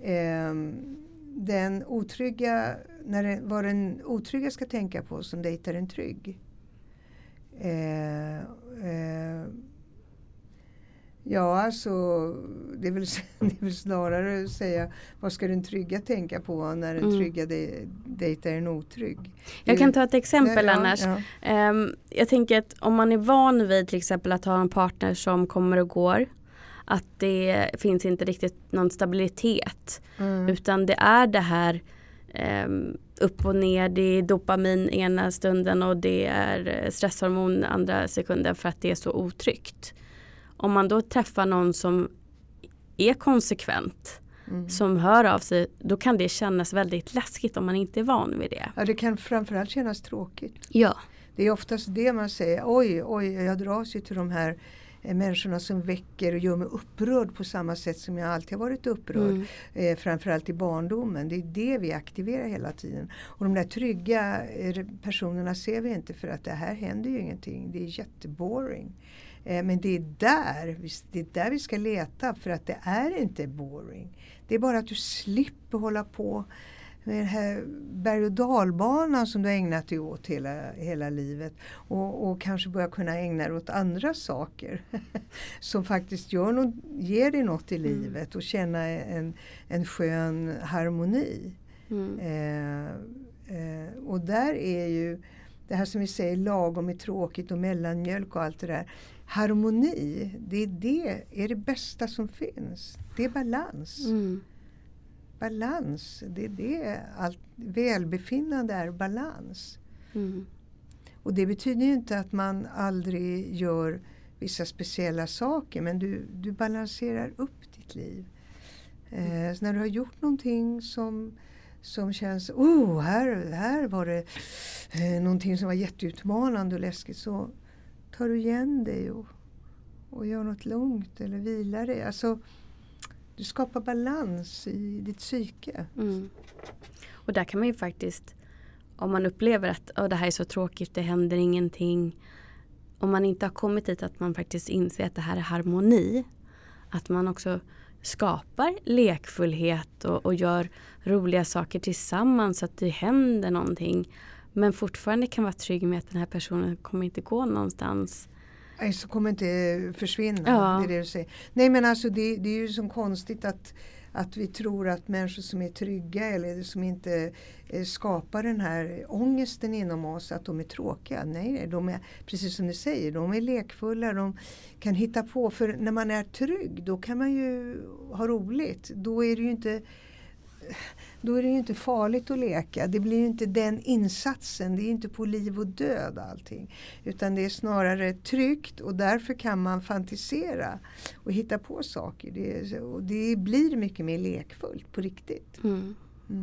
Speaker 2: Den otrygga, vad den otrygga ska tänka på som dejtar en trygg. Ja, alltså det är väl snarare att säga vad ska den trygga tänka på när den trygga dejtar en otrygg.
Speaker 1: Jag kan ta ett exempel annars. Ja. Jag tänker att om man är van vid till exempel att ha en partner som kommer och går, att det finns inte riktigt någon stabilitet utan det är det här upp och ner, det är dopamin ena stunden och det är stresshormon andra sekunden för att det är så otryggt. Om man då träffar någon som är konsekvent, som hör av sig, då kan det kännas väldigt läskigt om man inte är van vid det.
Speaker 2: Ja, det kan framförallt kännas tråkigt.
Speaker 1: Ja.
Speaker 2: Det är oftast det man säger, oj, jag dras ju till de här människorna som väcker och gör mig upprörd på samma sätt som jag alltid har varit upprörd. Framförallt i barndomen. Det är det vi aktiverar hela tiden. Och de där trygga personerna ser vi inte för att det här händer ju ingenting. Det är jätteboring. Men det är där vi ska leta för att det är inte boring. Det är bara att du slipper hålla på med den här berg- och dalbanan som du har ägnat dig åt hela livet. Och kanske börja kunna ägna dig åt andra saker som faktiskt ger dig något i livet och känna en skön harmoni. Och där är ju det här som vi säger lagom är tråkigt och mellanmjölk och allt det där. Harmoni, det är det bästa som finns. Det är balans. Balans, det är det. Allt välbefinnande är balans. Och det betyder ju inte att man aldrig gör vissa speciella saker, men du balanserar upp ditt liv. Så när du har gjort någonting som känns, här var det någonting som var jätteutmanande och läskigt, så tar du igen dig och gör något lugnt eller vilar dig. Alltså, du skapar balans i ditt psyke.
Speaker 1: Och där kan man ju faktiskt, om man upplever att det här är så tråkigt, det händer ingenting. Om man inte har kommit dit att man faktiskt inser att det här är harmoni. Att man också skapar lekfullhet och gör roliga saker tillsammans så att det händer någonting. Men fortfarande kan vara trygg med att den här personen kommer inte gå någonstans.
Speaker 2: Så kommer inte försvinna.
Speaker 1: Ja.
Speaker 2: Det är det du säger. Nej, men alltså det är ju så konstigt att vi tror att människor som är trygga eller som inte skapar den här ångesten inom oss, att de är tråkiga. Nej, de är, precis som du säger, de är lekfulla, de kan hitta på. För när man är trygg, då kan man ju ha roligt. Då är det ju inte farligt att leka. Det blir ju inte den insatsen. Det är inte på liv och död allting. Utan det är snarare tryggt, och därför kan man fantisera och hitta på saker. Det blir mycket mer lekfullt på riktigt.
Speaker 1: Mm.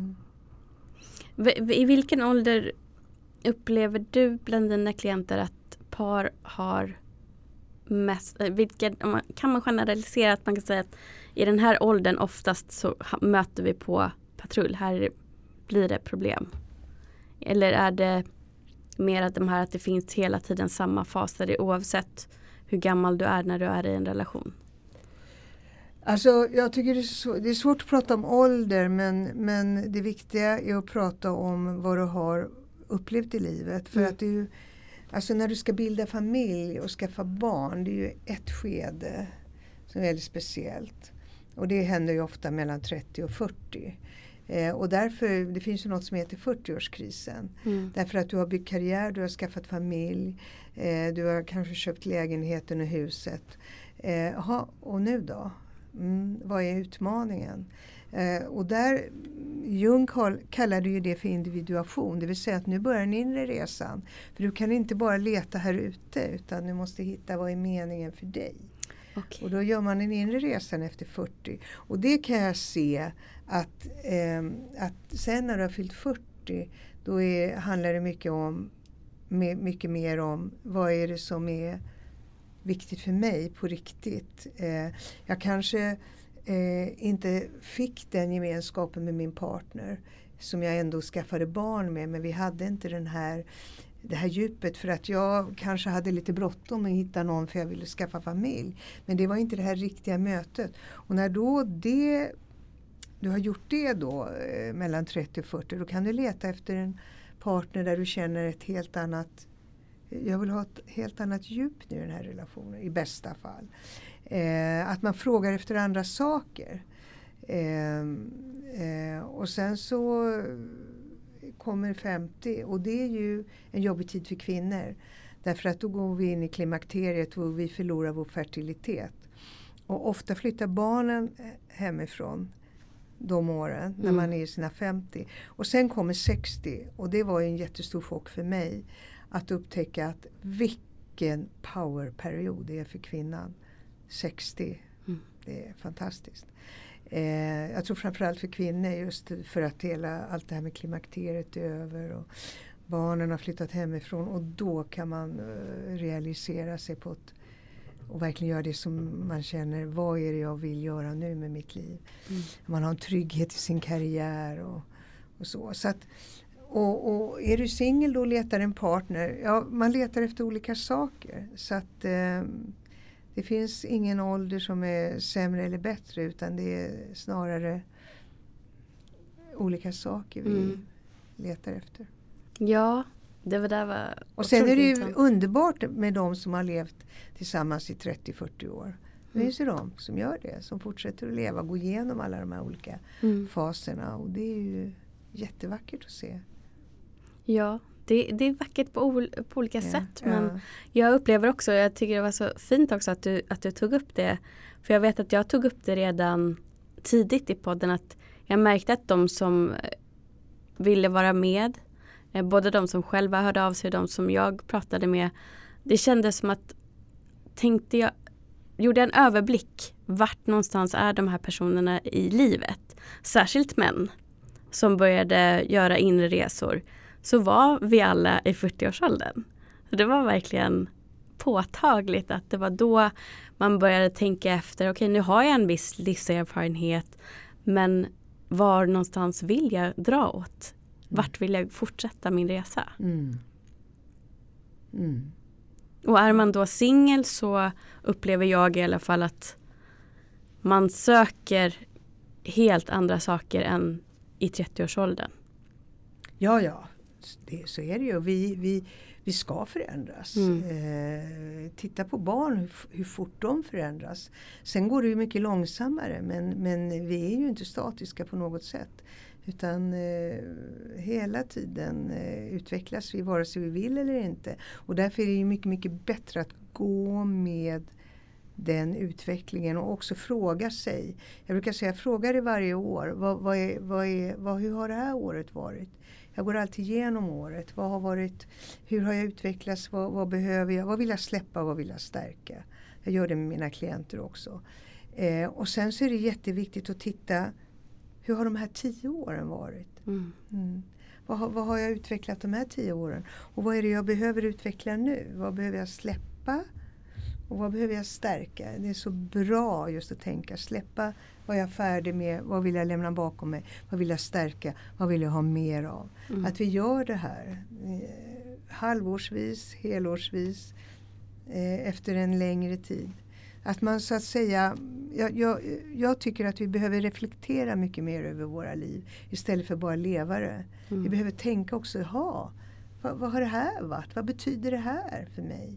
Speaker 1: I vilken ålder upplever du bland dina klienter att par har mest, kan man generalisera att man kan säga att i den här åldern oftast så möter vi på patrull, här blir det problem? Eller är det mer att det finns hela tiden samma faser oavsett hur gammal du är när du är i en relation?
Speaker 2: Alltså jag tycker det är svårt att prata om ålder, men det viktiga är att prata om vad du har upplevt i livet. För att det är ju, alltså när du ska bilda familj och skaffa barn, det är ju ett skede som är väldigt speciellt. Och det händer ju ofta mellan 30 och 40. Och därför, det finns ju något som heter 40-årskrisen. Därför att du har byggt karriär, du har skaffat familj, du har kanske köpt lägenheten och huset. Och nu då? Vad är utmaningen? Och där, Jung kallade ju det för individuation. Det vill säga att nu börjar den inre resan. För du kan inte bara leta här ute, utan du måste hitta vad är meningen för dig.
Speaker 1: Okay.
Speaker 2: Och då gör man en inre resan efter 40. Och det kan jag se att sen när du har fyllt 40, då handlar det mycket mer om vad är det som är viktigt för mig på riktigt. Jag kanske inte fick den gemenskapen med min partner som jag ändå skaffade barn med, men vi hade inte det här djupet, för att jag kanske hade lite bråttom att hitta någon för jag ville skaffa familj. Men det var inte det här riktiga mötet. Och när du har gjort det då mellan 30 och 40, då kan du leta efter en partner där du känner ett helt annat, jag vill ha ett helt annat djup nu i den här relationen, i bästa fall. Att man frågar efter andra saker. Och sen så kommer 50, och det är ju en jobbig tid för kvinnor. Därför att då går vi in i klimakteriet och vi förlorar vår fertilitet. Och ofta flyttar barnen hemifrån de åren när man är i sina 50. Och sen kommer 60, och det var ju en jättestor chock för mig att upptäcka att vilken powerperiod det är för kvinnan. 60, det är fantastiskt. Jag tror framförallt för kvinnor, just för att allt det här med klimakteriet är över och barnen har flyttat hemifrån, och då kan man realisera sig på och verkligen göra det som man känner, vad är det jag vill göra nu med mitt liv. Man har en trygghet i sin karriär och så. Så att, och är du singel, då letar en partner. Ja, man letar efter olika saker. Så att det finns ingen ålder som är sämre eller bättre, utan det är snarare olika saker vi letar efter.
Speaker 1: Ja, det var
Speaker 2: och sen är det ju underbart med de som har levt tillsammans i 30-40 år. Det finns ju de som gör det, som fortsätter att leva, gå igenom alla de här olika faserna, och det är ju jättevackert att se.
Speaker 1: Ja, det är vackert på olika sätt, men jag upplever också, jag tycker det var så fint också att du tog upp det, för jag vet att jag tog upp det redan tidigt i podden, att jag märkte att de som ville vara med, både de som själva hörde av sig och de som jag pratade med, det kändes som att gjorde en överblick, vart någonstans är de här personerna i livet, särskilt män som började göra inre resor, så var vi alla i 40-årsåldern. Det var verkligen påtagligt att det var då man började tänka efter, okej, nu har jag en viss livserfarenhet, men var någonstans vill jag dra åt? Vart vill jag fortsätta min resa? Och är man då singel, så upplever jag i alla fall att man söker helt andra saker än i 30-årsåldern.
Speaker 2: Ja. Så är det ju. Vi ska förändras. Titta på barn, hur fort de förändras. Sen går det ju mycket långsammare, men vi är ju inte statiska på något sätt. Utan hela tiden utvecklas vi vare sig vi vill eller inte. Och därför är det ju mycket, mycket bättre att gå med den utvecklingen och också fråga sig. Jag brukar säga, fråga dig varje år. Hur har det här året varit? Jag går alltid igenom året. Hur har jag utvecklats? Vad behöver jag? Vad vill jag släppa? Vad vill jag stärka? Jag gör det med mina klienter också. Och sen så är det jätteviktigt att titta, hur har de här 10 åren varit? Vad har jag utvecklat de här 10 åren? Och vad är det jag behöver utveckla nu? Vad behöver jag släppa? Och vad behöver jag stärka? Det är så bra just att tänka. Släppa, vad jag är färdig med? Vad vill jag lämna bakom mig? Vad vill jag stärka? Vad vill jag ha mer av? Att vi gör det här halvårsvis, helårsvis, efter en längre tid. Att man så att säga, jag tycker att vi behöver reflektera mycket mer över våra liv istället för bara leva det. Vi behöver tänka också, vad har det här varit? Vad betyder det här för mig?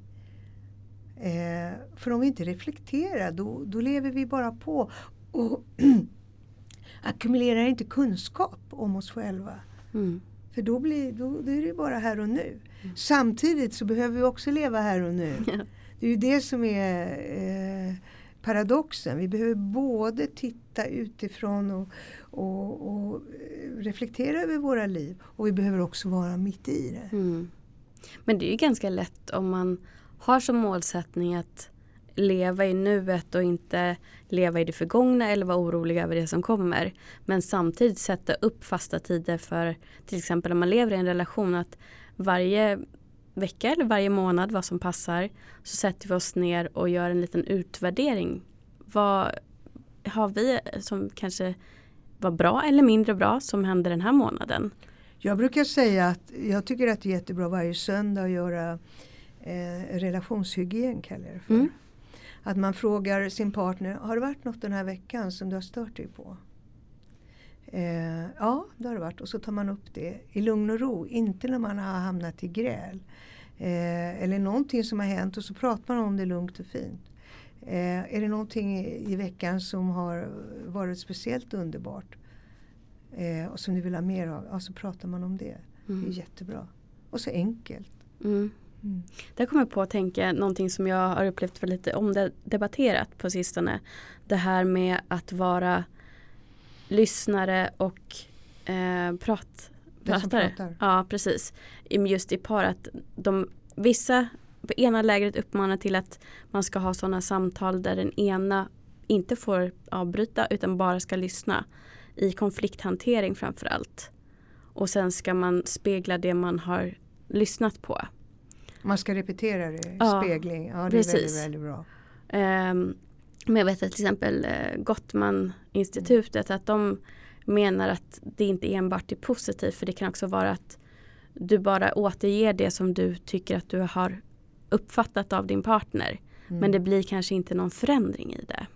Speaker 2: För om vi inte reflekterar, då lever vi bara på och ackumulerar inte kunskap om oss själva. För då är det bara här och nu. Samtidigt så behöver vi också leva här och nu. Det är ju det som är paradoxen. Vi behöver både titta utifrån och reflektera över våra liv. Och vi behöver också vara mitt i det.
Speaker 1: Men det är ju ganska lätt om man har som målsättning att leva i nuet och inte leva i det förgångna eller vara orolig över det som kommer. Men samtidigt sätta upp fasta tider för, till exempel om man lever i en relation, att varje vecka eller varje månad, vad som passar, så sätter vi oss ner och gör en liten utvärdering. Vad har vi som kanske var bra eller mindre bra som hände den här månaden?
Speaker 2: Jag brukar säga att jag tycker att det är jättebra varje söndag att göra relationshygien, kallar jag det för. Att man frågar sin partner, har det varit något den här veckan som du har stört dig på? Ja, det har det varit. Och så tar man upp det i lugn och ro. Inte när man har hamnat i gräl. Eller någonting som har hänt och så pratar man om det lugnt och fint. Är det någonting i veckan som har varit speciellt underbart och som du vill ha mer av? Ja, så pratar man om det. Det är jättebra. Och så enkelt.
Speaker 1: Där kommer jag på att tänka någonting som jag har upplevt för lite omdebatterat på sistone. Det här med att vara lyssnare och pratare. Ja, precis. Just i par att vissa på ena lägret uppmanar till att man ska ha sådana samtal där den ena inte får avbryta utan bara ska lyssna. I konflikthantering framför allt. Och sen ska man spegla det man har lyssnat på.
Speaker 2: Man ska repetera det, spegling. Ja, det
Speaker 1: precis.
Speaker 2: Är väldigt, väldigt bra.
Speaker 1: Men jag vet att till exempel Gottman-institutet att de menar att det inte enbart är positivt, för det kan också vara att du bara återger det som du tycker att du har uppfattat av din partner. Men det blir kanske inte någon förändring i det.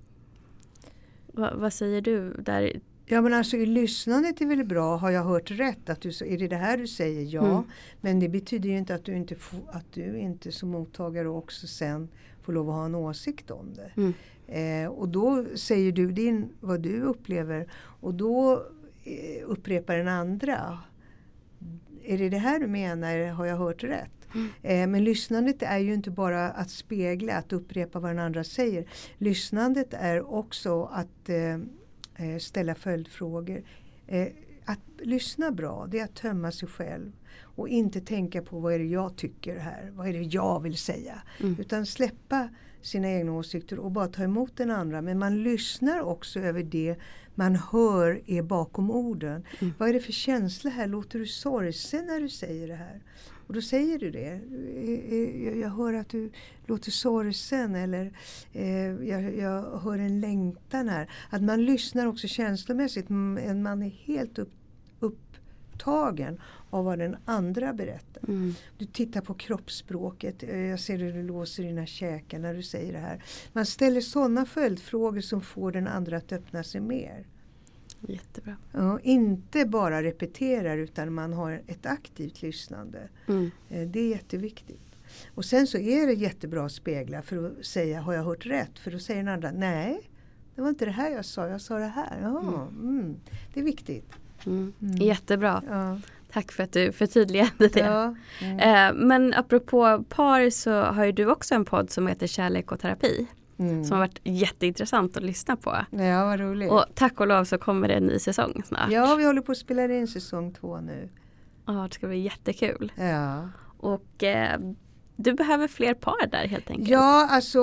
Speaker 1: Vad säger du där?
Speaker 2: Ja, men alltså lyssnandet är väl bra. Har jag hört rätt? Är det här du säger? Ja. Men det betyder ju inte att du inte som mottagare också sen får lov att ha en åsikt om det. Och då säger du vad du upplever. Och då upprepar den andra. Är det här du menar? Har jag hört rätt? Men lyssnandet är ju inte bara att spegla, att upprepa vad den andra säger. Lyssnandet är också att ställa följdfrågor. Att lyssna bra, det är att tömma sig själv. Och inte tänka på vad är det jag tycker här. Vad är det jag vill säga. Utan släppa sina egna åsikter och bara ta emot den andra. Men man lyssnar också över det man hör är bakom orden. Vad är det för känsla här? Låter du sorgsen när du säger det här? Och då säger du det. Jag hör att du låter sorgsen eller jag hör en längtan här. Att man lyssnar också känslomässigt. Man är helt upptagen av vad den andra berättar. Du tittar på kroppsspråket. Jag ser hur du låser dina käkar när du säger det här. Man ställer sådana följdfrågor som får den andra att öppna sig mer.
Speaker 1: Jättebra.
Speaker 2: Ja, inte bara repeterar utan man har ett aktivt lyssnande. Det är jätteviktigt. Och sen så är det jättebra att spegla för att säga, har jag hört rätt? För då säger den andra, nej, det var inte det här jag sa det här. Ja, det är viktigt.
Speaker 1: Jättebra.
Speaker 2: Ja.
Speaker 1: Tack för att du förtydligade det.
Speaker 2: Ja.
Speaker 1: Men apropå par så har ju du också en podd som heter Kärlek och terapi. Som har varit jätteintressant att lyssna på.
Speaker 2: Ja, vad roligt.
Speaker 1: Och tack och lov så kommer det en ny säsong snart.
Speaker 2: Ja, vi håller på att spela in säsong 2 nu.
Speaker 1: Ja, det ska bli jättekul.
Speaker 2: Ja.
Speaker 1: Och du behöver fler par där helt enkelt.
Speaker 2: Ja, alltså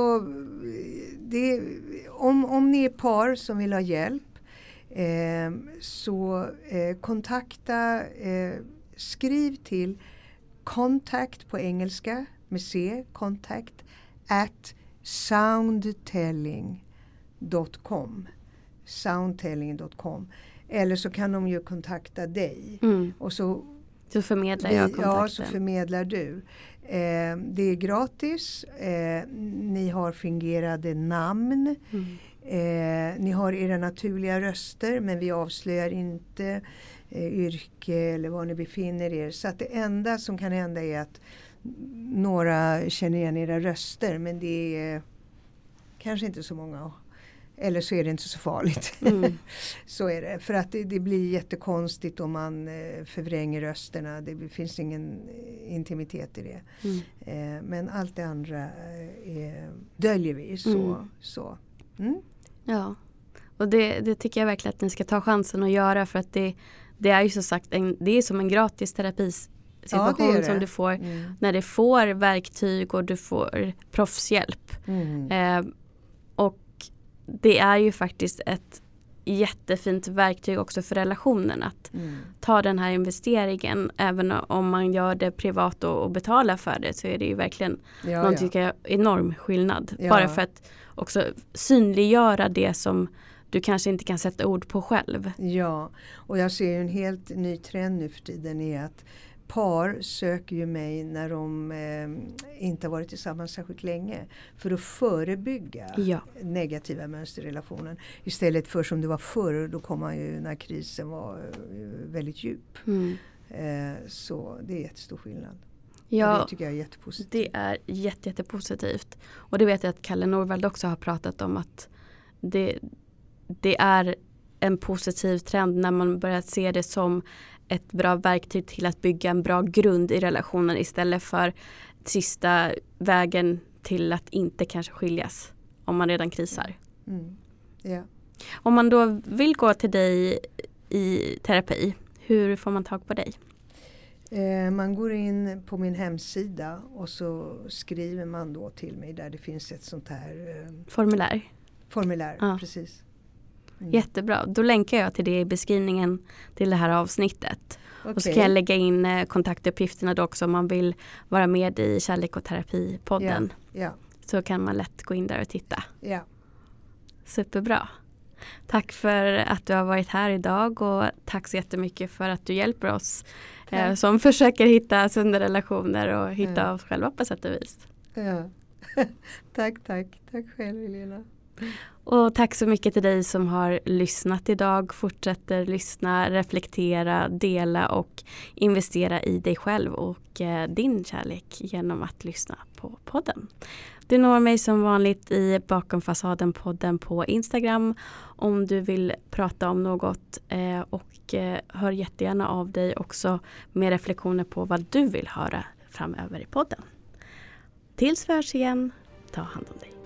Speaker 2: om ni är par som vill ha hjälp så kontakta, skriv till contact på engelska med C, contact @soundtelling.com eller så kan de ju kontakta dig och så
Speaker 1: förmedlar jag kontakten.
Speaker 2: Ja, så förmedlar du. Det är gratis. Ni har fingerade namn. Ni har era naturliga röster men vi avslöjar inte yrke eller var ni befinner er. Så att det enda som kan hända är att några känner igen era röster men det är kanske inte så många. Eller så är det inte så farligt. Så är det. För att det blir jättekonstigt om man förvränger rösterna. Det finns ingen intimitet i det. Men allt det andra döljer vi. Så.
Speaker 1: Ja, och det tycker jag verkligen att ni ska ta chansen att göra. För att det är ju så sagt det är som en gratis terapisituation som du får när du får verktyg och du får proffshjälp. Och det är ju faktiskt ett jättefint verktyg också för relationen att ta den här investeringen. Även om man gör det privat och betalar för det så är det ju verkligen enorm skillnad. Bara för att också synliggöra det som du kanske inte kan sätta ord på själv.
Speaker 2: Ja, och jag ser ju en helt ny trend nu för tiden är att par söker ju mig när de inte har varit tillsammans särskilt länge för att förebygga negativa mönster i relationen. Istället för som det var förr, då kom man ju när krisen var väldigt djup. Så det är jättestor skillnad.
Speaker 1: Ja,
Speaker 2: och det tycker jag är jättepositivt.
Speaker 1: Det är jättepositivt. Och det vet jag att Kalle Norvald också har pratat om att det är en positiv trend när man börjar se det som ett bra verktyg till att bygga en bra grund i relationen istället för sista vägen till att inte kanske skiljas om man redan krisar. Om man då vill gå till dig i terapi, hur får man tag på dig?
Speaker 2: Man går in på min hemsida och så skriver man då till mig där det finns ett sånt här formulär, precis.
Speaker 1: Jättebra. Då länkar jag till det i beskrivningen till det här avsnittet. Och så kan jag lägga in kontaktuppgifterna då också om man vill vara med i Kärlek och terapi-podden. Så kan man lätt gå in där och titta. Superbra. Tack för att du har varit här idag och tack så jättemycket för att du hjälper oss som försöker hitta sunda relationer och hitta oss själva på sätt och vis.
Speaker 2: Tack själv Helena.
Speaker 1: Och tack så mycket till dig som har lyssnat idag. Fortsätter lyssna, reflektera, dela och investera i dig själv och din kärlek genom att lyssna på podden. Du når mig som vanligt i Bakom fasaden-podden på Instagram om du vill prata om något och hör jättegärna av dig också med reflektioner på vad du vill höra framöver i podden. Tills vi hörs igen, ta hand om dig.